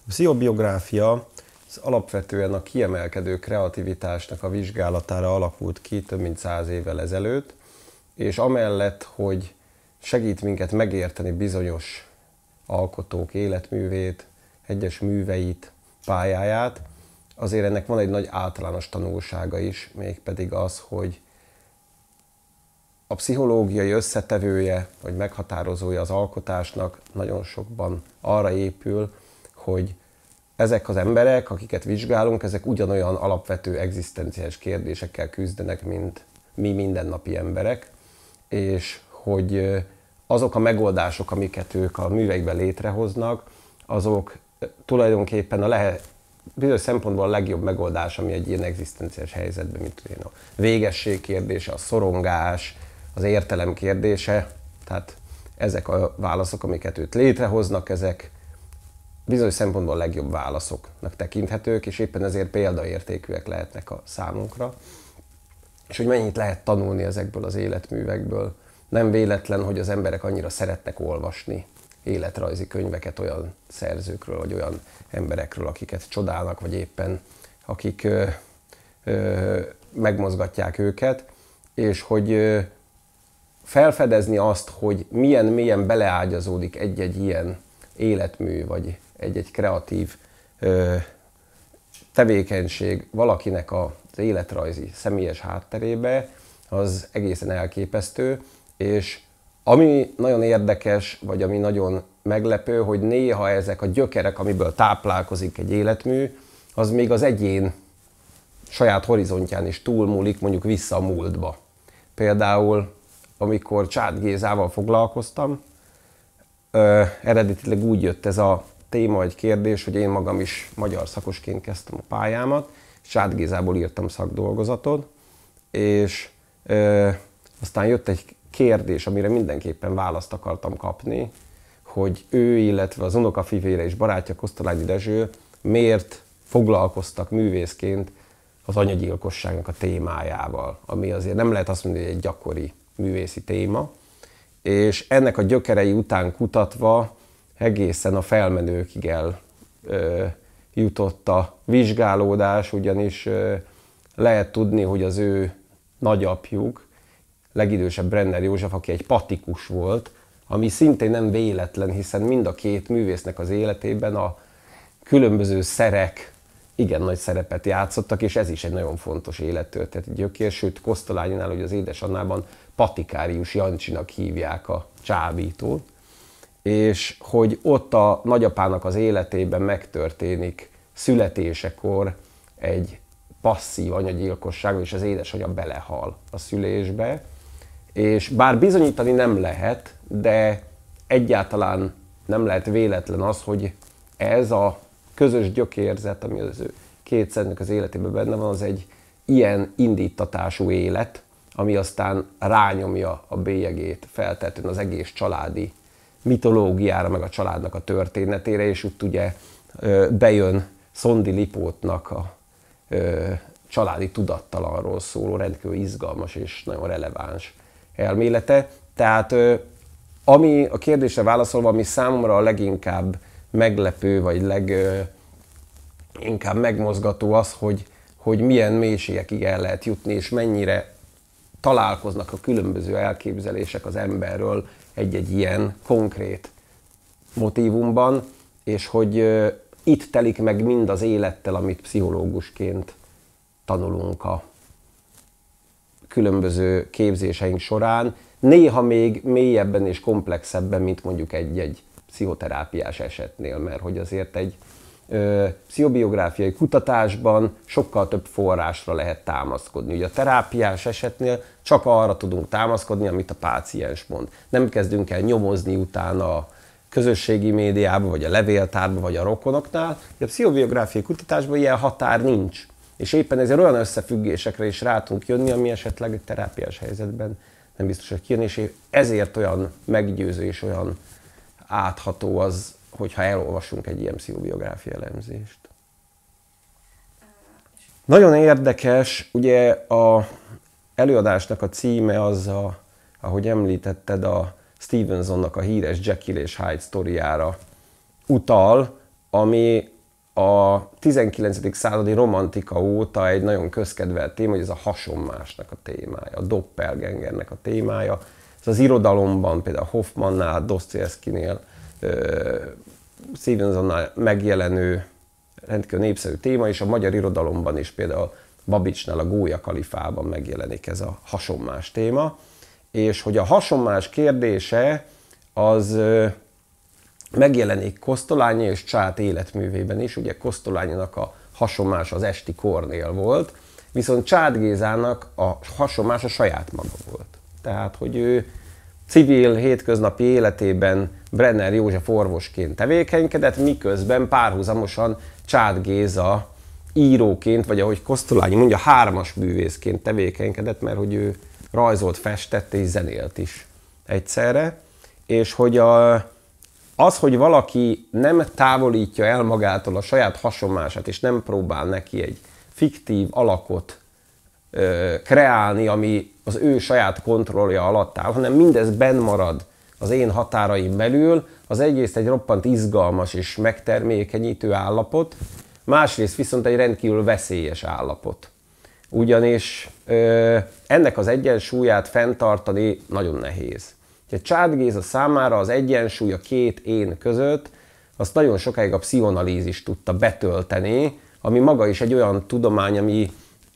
A pszichobiográfia az alapvetően a kiemelkedő kreativitásnak a vizsgálatára alakult ki több mint 100 évvel ezelőtt, és amellett, hogy segít minket megérteni bizonyos alkotók életművét, egyes műveit, pályáját, azért ennek van egy nagy általános tanulsága is, mégpedig az, hogy a pszichológiai összetevője, vagy meghatározója az alkotásnak nagyon sokban arra épül, hogy ezek az emberek, akiket vizsgálunk, ezek ugyanolyan alapvető egzisztenciális kérdésekkel küzdenek, mint mi mindennapi emberek, és hogy azok a megoldások, amiket ők a műveikben létrehoznak, azok tulajdonképpen bizonyos szempontból a legjobb megoldás, ami egy ilyen egzisztenciális helyzetben, mint a végesség kérdése, a szorongás, az értelem kérdése. Tehát ezek a válaszok, amiket őt létrehoznak, ezek bizonyos szempontból a legjobb válaszoknak tekinthetők, és éppen ezért példaértékűek lehetnek a számunkra. És hogy mennyit lehet tanulni ezekből az életművekből. Nem véletlen, hogy az emberek annyira szeretnek olvasni életrajzi könyveket olyan szerzőkről, vagy olyan emberekről, akiket csodálnak, vagy éppen akik megmozgatják őket, és hogy felfedezni azt, hogy milyen mélyen beleágyazódik egy-egy ilyen életmű, vagy egy-egy kreatív tevékenység valakinek az életrajzi személyes hátterébe, az egészen elképesztő, és ami nagyon érdekes, vagy ami nagyon meglepő, hogy néha ezek a gyökerek, amiből táplálkozik egy életmű, az még az egyén saját horizontján is túlmúlik, mondjuk vissza a múltba. Például, amikor Csád Gézával foglalkoztam, eredetileg úgy jött ez a téma, egy kérdés, hogy én magam is magyar szakosként kezdtem a pályámat, és Csád Gézából írtam szakdolgozatot, és aztán jött egy kérdés, amire mindenképpen választ akartam kapni, hogy ő, illetve az unokafivére és barátja Kosztolányi Dezső miért foglalkoztak művészként az anyagyilkosságnak a témájával, ami azért nem lehet azt mondani, hogy egy gyakori művészi téma, és ennek a gyökerei után kutatva egészen a felmenőkig jutott a vizsgálódás, ugyanis lehet tudni, hogy az ő nagyapjuk, legidősebb Brenner József, aki egy patikus volt, ami szintén nem véletlen, hiszen mind a két művésznek az életében a különböző szerek igen nagy szerepet játszottak, és ez is egy nagyon fontos élettörténeti gyökér, sőt Kosztolánynál, hogy az édesanyjában Patikárius Jancsinak hívják a csábítót, és hogy ott a nagyapának az életében megtörténik születésekor egy passzív anyagyilkosság, és az édesanyja belehal a szülésbe, és bár bizonyítani nem lehet, de egyáltalán nem lehet véletlen az, hogy ez a közös gyökérzet, ami az ő két szerzőnek az életében benne van, az egy ilyen indítatású élet, ami aztán rányomja a bélyegét feltétlenül az egész családi mitológiára, meg a családnak a történetére, és úgy ugye bejön Szondi Lipótnak a családi tudattalanról szóló, rendkívül izgalmas és nagyon releváns elmélete. Tehát ami a kérdésre válaszolva, ami számomra a leginkább meglepő, vagy leginkább megmozgató az, hogy milyen mélységekig el lehet jutni, és mennyire találkoznak a különböző elképzelések az emberről egy-egy ilyen konkrét motívumban, és hogy itt telik meg mind az élettel, amit pszichológusként tanulunk a különböző képzéseink során, néha még mélyebben és komplexebben, mint mondjuk egy-egy pszichoterápiás esetnél, mert hogy azért egy pszichobiográfiai kutatásban sokkal több forrásra lehet támaszkodni. Ugye a terápiás esetnél csak arra tudunk támaszkodni, amit a páciens mond. Nem kezdünk el nyomozni utána a közösségi médiában, vagy a levéltárban, vagy a rokonoknál. A pszichobiográfiai kutatásban ilyen határ nincs. És éppen ezért olyan összefüggésekre is rá tudunk jönni, ami esetleg egy terápiás helyzetben nem biztos, hogy kijön, és ezért olyan meggyőző és olyan átható az, hogyha elolvasunk egy ilyen pszichobiográfia elemzést. Nagyon érdekes, ugye a előadásnak a címe az, ahogy említetted, a Stevensonnak a híres Jekyll és Hyde sztoriára utal, ami a 19. századi romantika óta egy nagyon közkedvelt téma, hogy ez a hasonmásnak a témája, a doppelgangernek a témája. Ez az irodalomban, például Hoffmannnál, Dostoyevskynél, Stevensonnál megjelenő rendkívül népszerű téma, és a magyar irodalomban is például Babicsnál, a Gólya kalifában megjelenik ez a hasonmás téma. És hogy a hasonmás kérdése az megjelenik Kosztolányi és Csát életművében is. Ugye Kosztolányinak a hasonmás az Esti Kornél volt, viszont Csát Gézának a hasonmás a saját maga volt. Tehát, hogy ő civil, hétköznapi életében Brenner József orvosként tevékenykedett, miközben párhuzamosan Csát Géza íróként, vagy ahogy Kosztolányi mondja, hármas művészként tevékenykedett, mert hogy ő rajzolt, festett és zenélt is egyszerre. És hogy az, hogy valaki nem távolítja el magától a saját hasonmását, és nem próbál neki egy fiktív alakot kreálni, ami az ő saját kontrollja alatt áll, hanem mindez benn marad az én határaim belül, az egyrészt egy roppant izgalmas és megtermékenyítő állapot, másrészt viszont egy rendkívül veszélyes állapot. Ugyanis ennek az egyensúlyát fenntartani nagyon nehéz. Csát Géza számára az egyensúly a két én között, azt nagyon sokáig a pszichoanalízis tudta betölteni, ami maga is egy olyan tudomány, ami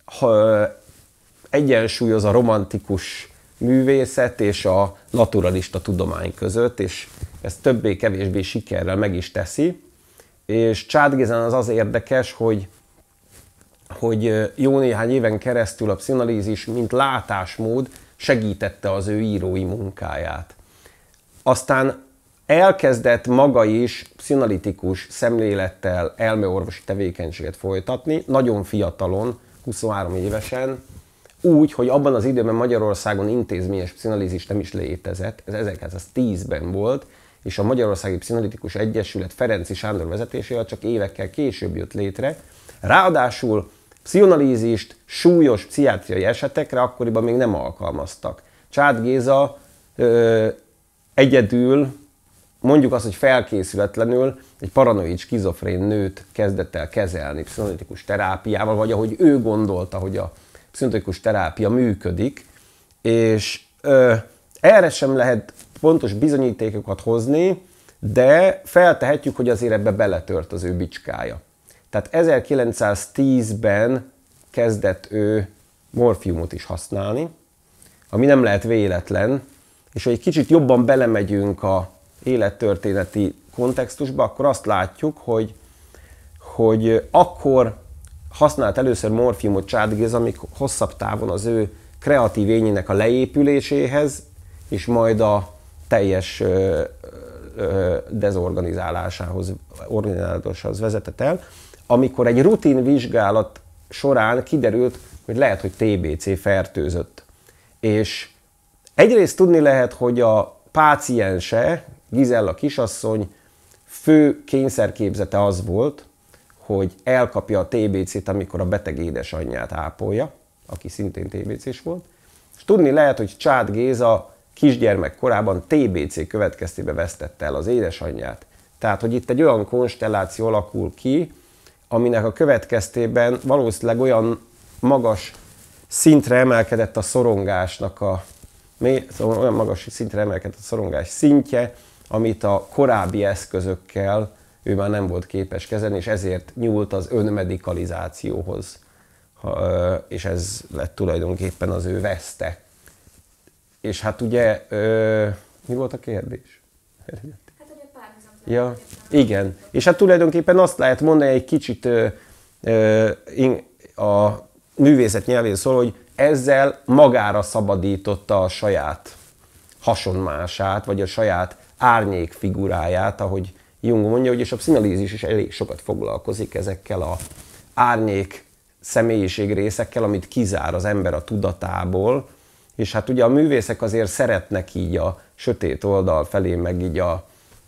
egyensúlyoz a romantikus művészet és a naturalista tudomány között, és ezt többé-kevésbé sikerrel meg is teszi. És Csát Gézán az érdekes, hogy jó néhány éven keresztül a pszichoanalízis, mint látásmód segítette az ő írói munkáját. Aztán elkezdett maga is pszichoanalitikus szemlélettel elmeorvosi tevékenységet folytatni, nagyon fiatalon, 23 évesen, úgy, hogy abban az időben Magyarországon intézményes pszichoanalízis nem is létezett, ez 1910-ben volt, és a Magyarországi Pszichoanalitikus Egyesület Ferenczy Sándor vezetésével csak évekkel később jött létre. Ráadásul pszichoanalízist súlyos pszichiátriai esetekre akkoriban még nem alkalmaztak. Csát Géza egyedül, mondjuk azt, hogy felkészületlenül egy paranoid skizofrén nőt kezdett el kezelni pszichoanalitikus terápiával, vagy ahogy ő gondolta, hogy a pszichoanalitikus terápia működik, és erre sem lehet pontos bizonyítékokat hozni, de feltehetjük, hogy azért ebbe beletört az ő bicskája. Tehát 1910-ben kezdett ő morfiumot is használni, ami nem lehet véletlen, és ha egy kicsit jobban belemegyünk a élettörténeti kontextusba, akkor azt látjuk, hogy akkor használt először morfiumot Csát Géza, amíg hosszabb távon az ő kreatív ényének a leépüléséhez, és majd a teljes dezorganizálásához vezetett el, amikor egy rutin vizsgálat során kiderült, hogy lehet, hogy TBC fertőzött. És egyrészt tudni lehet, hogy a páciense, Gizella kisasszony fő kényszerképzete az volt, hogy elkapja a TBC-t, amikor a beteg édesanyját ápolja, aki szintén TBC-s volt. És tudni lehet, hogy Csát Géza kisgyermek korában TBC következtében vesztette el az édesanyját. Tehát, hogy itt egy olyan konstelláció alakul ki, aminek a következtében valószínűleg olyan magas szintre emelkedett a szorongásnak olyan magas szintre emelkedett a szorongás szintje, amit a korábbi eszközökkel ő már nem volt képes kezelni, és ezért nyúlt az önmedikalizációhoz. És ez lett tulajdonképpen az ő veszte. És hát ugye, mi volt a kérdés? Hát, hogy a párhuzam. Ja, igen. És hát tulajdonképpen azt lehet mondani egy kicsit a művészet nyelvén szól, hogy ezzel magára szabadította a saját hasonmását, vagy a saját árnyékfiguráját, ahogy Jung mondja, hogy és a pszichoanalízis is elég sokat foglalkozik ezekkel az árnyék személyiségrészekkel, amit kizár az ember a tudatából, és hát ugye a művészek azért szeretnek így a sötét oldal felé, meg így a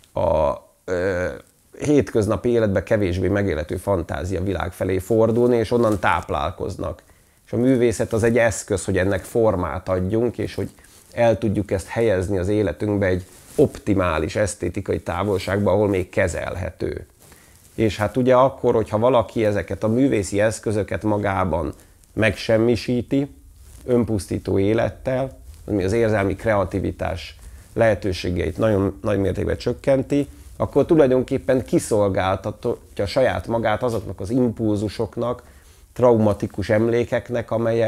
hétköznapi életben kevésbé megélhető fantázia világ felé fordulni, és onnan táplálkoznak. És a művészet az egy eszköz, hogy ennek formát adjunk, és hogy el tudjuk ezt helyezni az életünkbe egy optimális esztétikai távolságba, ahol még kezelhető. És hát ugye akkor, hogyha valaki ezeket a művészi eszközöket magában megsemmisíti, önpusztító élettel, ami az érzelmi kreativitás lehetőségeit nagyon nagy mértékben csökkenti, akkor tulajdonképpen kiszolgáltatja saját magát azoknak az impulzusoknak, traumatikus emlékeknek,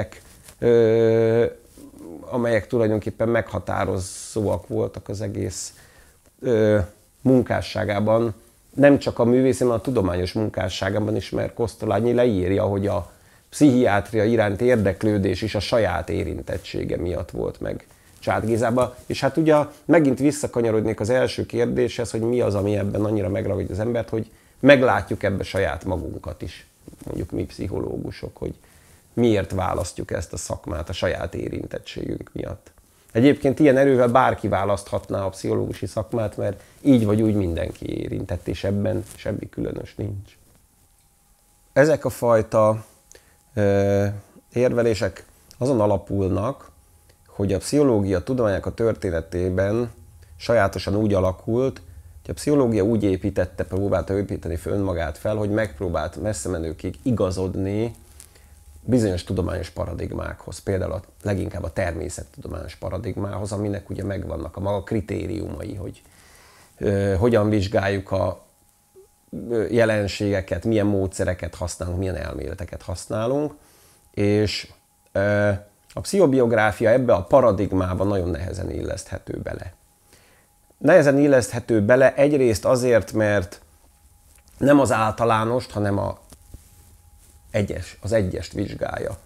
amelyek tulajdonképpen meghatározóak voltak az egész munkásságában, nem csak a művész, hanem a tudományos munkásságában is, mert Kosztolányi leírja, hogy a pszichiátria iránt érdeklődés is a saját érintettsége miatt volt meg Csád Gézába. És hát ugye megint visszakanyarodnék az első kérdéshez, hogy mi az, ami ebben annyira megragadja az embert, hogy meglátjuk ebbe saját magunkat is, mondjuk mi pszichológusok, hogy miért választjuk ezt a szakmát a saját érintettségünk miatt. Egyébként ilyen erővel bárki választhatná a pszichológusi szakmát, mert így vagy úgy mindenki érintett, és ebben semmi különös nincs. Ezek a fajta érvelések azon alapulnak, hogy a pszichológia tudománynak a történetében sajátosan úgy alakult, hogy a pszichológia úgy próbálta építeni fel önmagát fel, hogy megpróbált messze menőkig igazodni bizonyos tudományos paradigmákhoz, például leginkább a természettudományos paradigmához, aminek ugye megvannak a maga kritériumai, hogy hogyan vizsgáljuk a jelenségeket, milyen módszereket használunk, milyen elméleteket használunk, és a pszichobiográfia ebbe a paradigmába nagyon nehezen illeszthető bele. Nehezen illeszthető bele egyrészt azért, mert nem az általánost, hanem az egyest vizsgálja.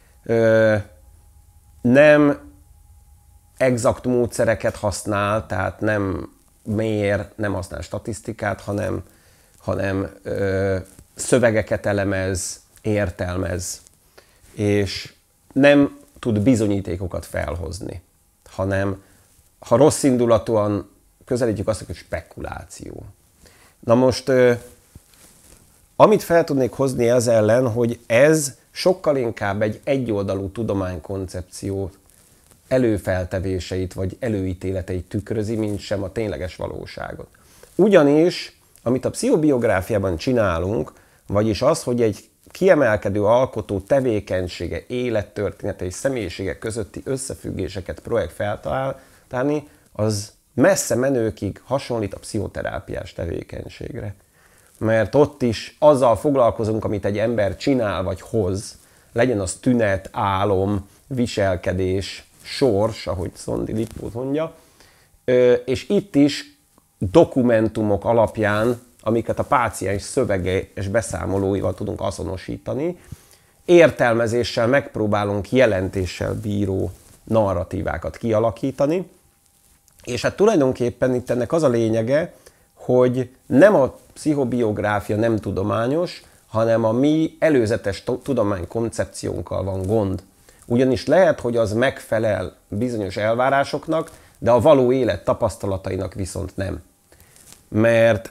Nem exakt módszereket használ, tehát nem mér, nem használ statisztikát, hanem szövegeket elemez, értelmez, és nem tud bizonyítékokat felhozni, hanem ha rossz indulatúan közelítjük azt, hogy spekuláció. Na most, amit fel tudnék hozni ez ellen, hogy ez sokkal inkább egy egyoldalú tudománykoncepció előfeltevéseit vagy előítéleteit tükrözi, mint sem a tényleges valóságot. Ugyanis, amit a pszichobiográfiában csinálunk, vagyis az, hogy egy kiemelkedő alkotó tevékenysége, élettörténete és személyisége közötti összefüggéseket próbáljuk feltárni, az messze menőkig hasonlít a pszichoterápiás tevékenységre. Mert ott is azzal foglalkozunk, amit egy ember csinál vagy hoz, legyen az tünet, álom, viselkedés, sors, ahogy Szondi Lipót mondja, és itt is dokumentumok alapján, amiket a páciens szöveges beszámolóival tudunk azonosítani, értelmezéssel megpróbálunk jelentéssel bíró narratívákat kialakítani, és hát tulajdonképpen itt ennek az a lényege, hogy nem a pszichobiográfia nem tudományos, hanem a mi előzetes tudománykoncepciónkkal van gond. Ugyanis lehet, hogy az megfelel bizonyos elvárásoknak, de a való élet tapasztalatainak viszont nem. Mert,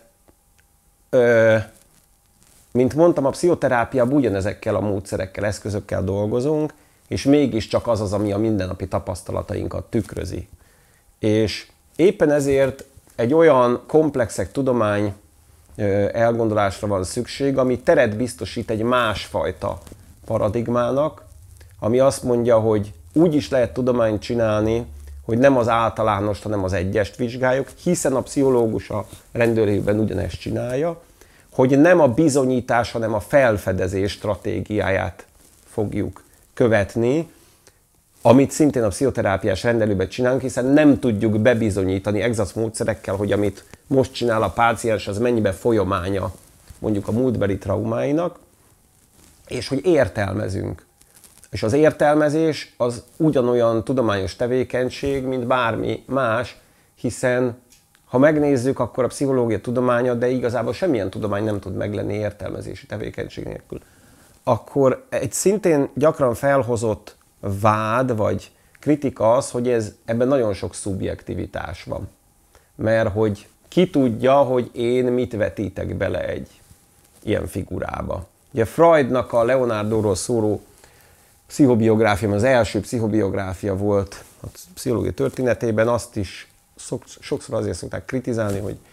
mint mondtam, a pszichoterápiában ugyanezekkel a módszerekkel, eszközökkel dolgozunk, és mégiscsak az az, ami a mindennapi tapasztalatainkat tükrözi. És éppen ezért egy olyan komplexek tudomány elgondolásra van szükség, ami teret biztosít egy másfajta paradigmának, ami azt mondja, hogy úgy is lehet tudományt csinálni, hogy nem az általánost, hanem az egyest vizsgáljuk, hiszen a pszichológus a rendőrségben ugyanezt csinálja, hogy nem a bizonyítás, hanem a felfedezés stratégiáját fogjuk követni, amit szintén a pszichoterápiás rendelőben csinálunk, hiszen nem tudjuk bebizonyítani exakt módszerekkel, hogy amit most csinál a páciens, az mennyiben folyamánya mondjuk a múltbeli traumáinak, és hogy értelmezünk. És az értelmezés az ugyanolyan tudományos tevékenység, mint bármi más, hiszen ha megnézzük, akkor a pszichológia tudománya, de igazából semmilyen tudomány nem tud meglenni értelmezési tevékenység nélkül. Akkor egy szintén gyakran felhozott vád vagy kritika az, hogy ebben nagyon sok szubjektivitás van. Mert hogy ki tudja, hogy én mit vetítek bele egy ilyen figurába. Ugye Freudnak a Leonardóról szóló pszichobiográfia, az első pszichobiográfia volt a pszichológia történetében, azt is sokszor azért szokták kritizálni, hogy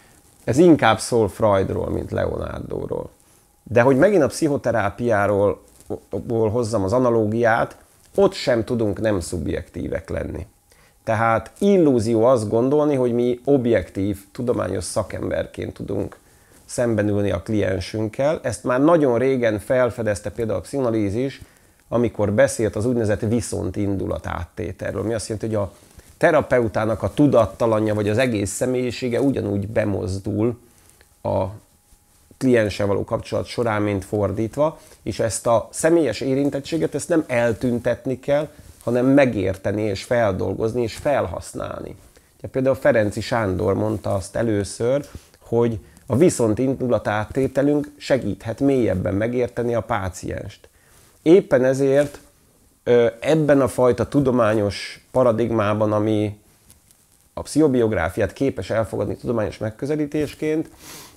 ez inkább szól Freudról, mint Leonardóról. De hogy megint a pszichoterápiáról hozzam az analógiát, ott sem tudunk nem szubjektívek lenni. Tehát illúzió azt gondolni, hogy mi objektív, tudományos szakemberként tudunk szembenülni a kliensünkkel. Ezt már nagyon régen felfedezte például a pszichoanalízis, amikor beszélt az úgynevezett viszontindulat áttételről. Mi azt jelenti, hogy a terapeutának a tudattalanja vagy az egész személyisége ugyanúgy bemozdul a klienssel való kapcsolat során, mint fordítva, és ezt a személyes érintettséget ezt nem eltüntetni kell, hanem megérteni és feldolgozni és felhasználni. Például Ferenczy Sándor mondta azt először, hogy a viszontindulat áttételünk segíthet mélyebben megérteni a pácienst. Éppen ezért ebben a fajta tudományos paradigmában, ami a pszichobiográfiát képes elfogadni tudományos megközelítésként,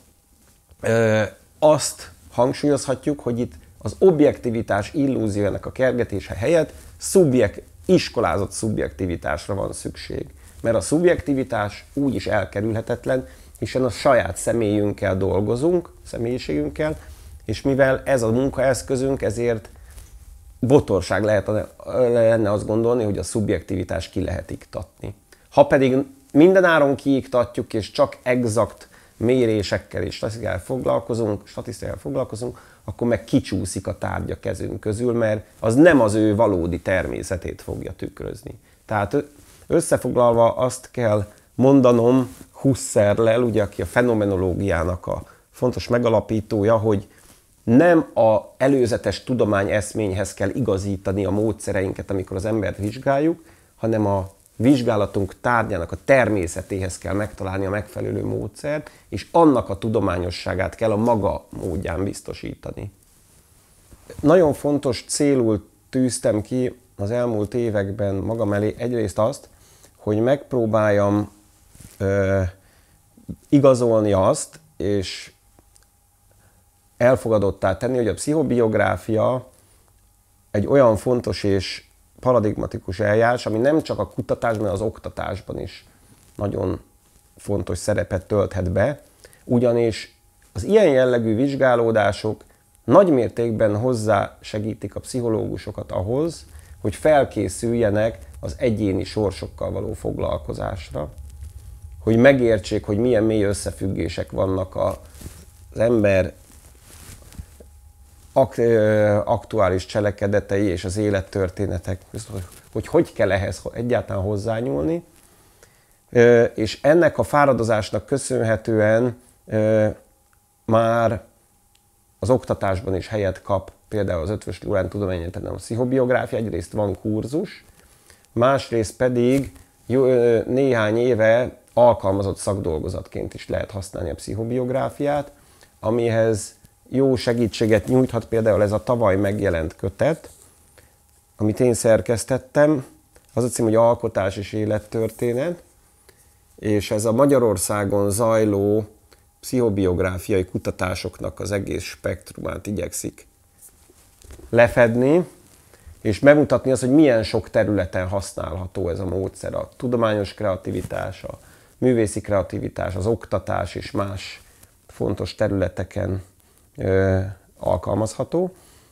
azt hangsúlyozhatjuk, hogy itt az objektivitás illúziójának a kergetése helyett iskolázott szubjektivitásra van szükség. Mert a szubjektivitás úgyis elkerülhetetlen, hiszen a saját személyünkkel dolgozunk, személyiségünkkel, és mivel ez a munkaeszközünk, ezért botorság lenne azt gondolni, hogy a szubjektivitás ki lehet iktatni. Ha pedig mindenáron kiiktatjuk, és csak exakt mérésekkel és statisztikával foglalkozunk, akkor meg kicsúszik a tárgy a kezünk közül, mert az nem az ő valódi természetét fogja tükrözni. Tehát összefoglalva azt kell mondanom Husserllel, ugye, aki a fenomenológiának a fontos megalapítója, hogy nem az előzetes tudományeszményhez kell igazítani a módszereinket, amikor az embert vizsgáljuk, hanem a vizsgálatunk tárgyának a természetéhez kell megtalálni a megfelelő módszert, és annak a tudományosságát kell a maga módján biztosítani. Nagyon fontos célul tűztem ki az elmúlt években magam elé egyrészt azt, hogy megpróbáljam igazolni azt, és elfogadottá tenni, hogy a pszichobiográfia egy olyan fontos és paradigmatikus eljárás, ami nem csak a kutatásban, hanem az oktatásban is nagyon fontos szerepet tölthet be, ugyanis az ilyen jellegű vizsgálódások nagy mértékben hozzásegítik a pszichológusokat ahhoz, hogy felkészüljenek az egyéni sorsokkal való foglalkozásra, hogy megértsék, hogy milyen mély összefüggések vannak az ember aktuális cselekedetei és az élettörténetek, hogy kell ehhez egyáltalán hozzányúlni. És ennek a fáradozásnak köszönhetően már az oktatásban is helyet kap például az Eötvös Loránd Tudományegyetemen a pszichobiográfia, egyrészt van kurzus, másrészt pedig néhány éve alkalmazott szakdolgozatként is lehet használni a pszichobiográfiát, amihez jó segítséget nyújthat például ez a tavaly megjelent kötet, amit én szerkesztettem. Az a cím, hogy Alkotás és élettörténet, és ez a Magyarországon zajló pszichobiográfiai kutatásoknak az egész spektrumát igyekszik lefedni, és bemutatni azt, hogy milyen sok területen használható ez a módszer. A tudományos kreativitás, a művészi kreativitás, az oktatás és más fontos területeken alkalmazható.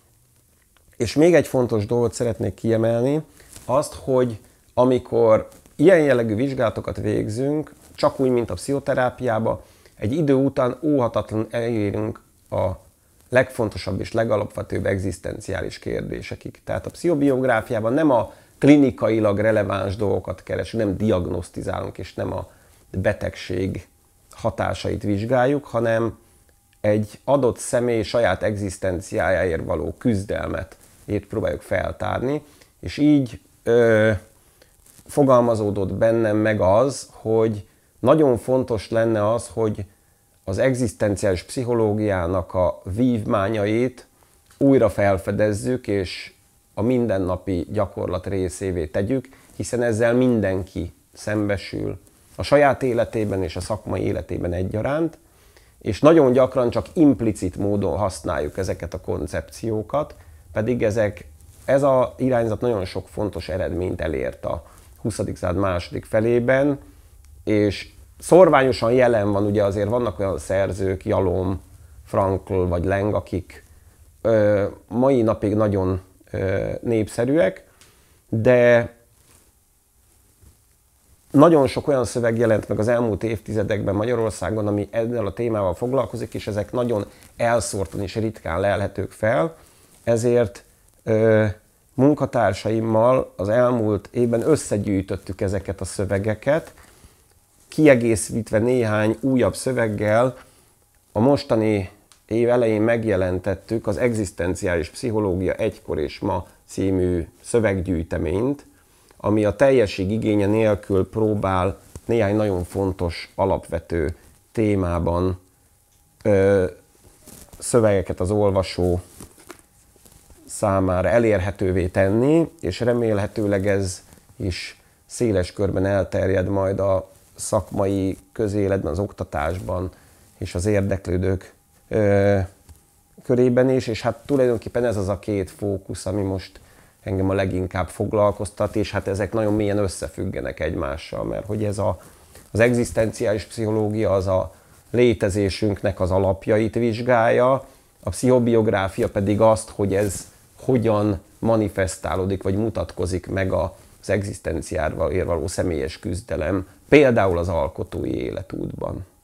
És még egy fontos dolgot szeretnék kiemelni, azt, hogy amikor ilyen jellegű vizsgálatokat végzünk, csak úgy, mint a pszichoterápiában, egy idő után óhatatlanul elérünk a legfontosabb és legalapvetőbb egzisztenciális kérdésekig. Tehát a pszichobiográfiában nem a klinikailag releváns dolgokat keresünk, nem diagnosztizálunk és nem a betegség hatásait vizsgáljuk, hanem egy adott személy saját egzisztenciájáért való küzdelmet próbáljuk feltárni, és így fogalmazódott bennem meg az, hogy nagyon fontos lenne az, hogy az egzisztenciális pszichológiának a vívmányait újra felfedezzük, és a mindennapi gyakorlat részévé tegyük, hiszen ezzel mindenki szembesül a saját életében és a szakmai életében egyaránt, és nagyon gyakran csak implicit módon használjuk ezeket a koncepciókat, pedig ez az irányzat nagyon sok fontos eredményt elért a 20. század második felében, és szorványosan jelen van, ugye azért vannak olyan szerzők, Jalom, Frankl vagy Leng, akik mai napig nagyon népszerűek, de nagyon sok olyan szöveg jelent meg az elmúlt évtizedekben Magyarországon, ami ezzel a témával foglalkozik, és ezek nagyon elszórtan és ritkán lelhetők fel, ezért munkatársaimmal az elmúlt évben összegyűjtöttük ezeket a szövegeket, kiegészítve néhány újabb szöveggel. A mostani év elején megjelentettük az Egzisztenciális Pszichológia egykor és ma című szöveggyűjteményt, ami a teljesség igénye nélkül próbál néhány nagyon fontos, alapvető témában szövegeket az olvasó számára elérhetővé tenni, és remélhetőleg ez is széles körben elterjed majd a szakmai közéletben, az oktatásban és az érdeklődők körében is, és hát tulajdonképpen ez az a két fókusz, ami most engem a leginkább foglalkoztat, és hát ezek nagyon mélyen összefüggenek egymással, mert hogy ez az egzisztenciális pszichológia az a létezésünknek az alapjait vizsgálja, a pszichobiográfia pedig azt, hogy ez hogyan manifestálódik, vagy mutatkozik meg az egzisztenciáért való személyes küzdelem, például az alkotói életútban.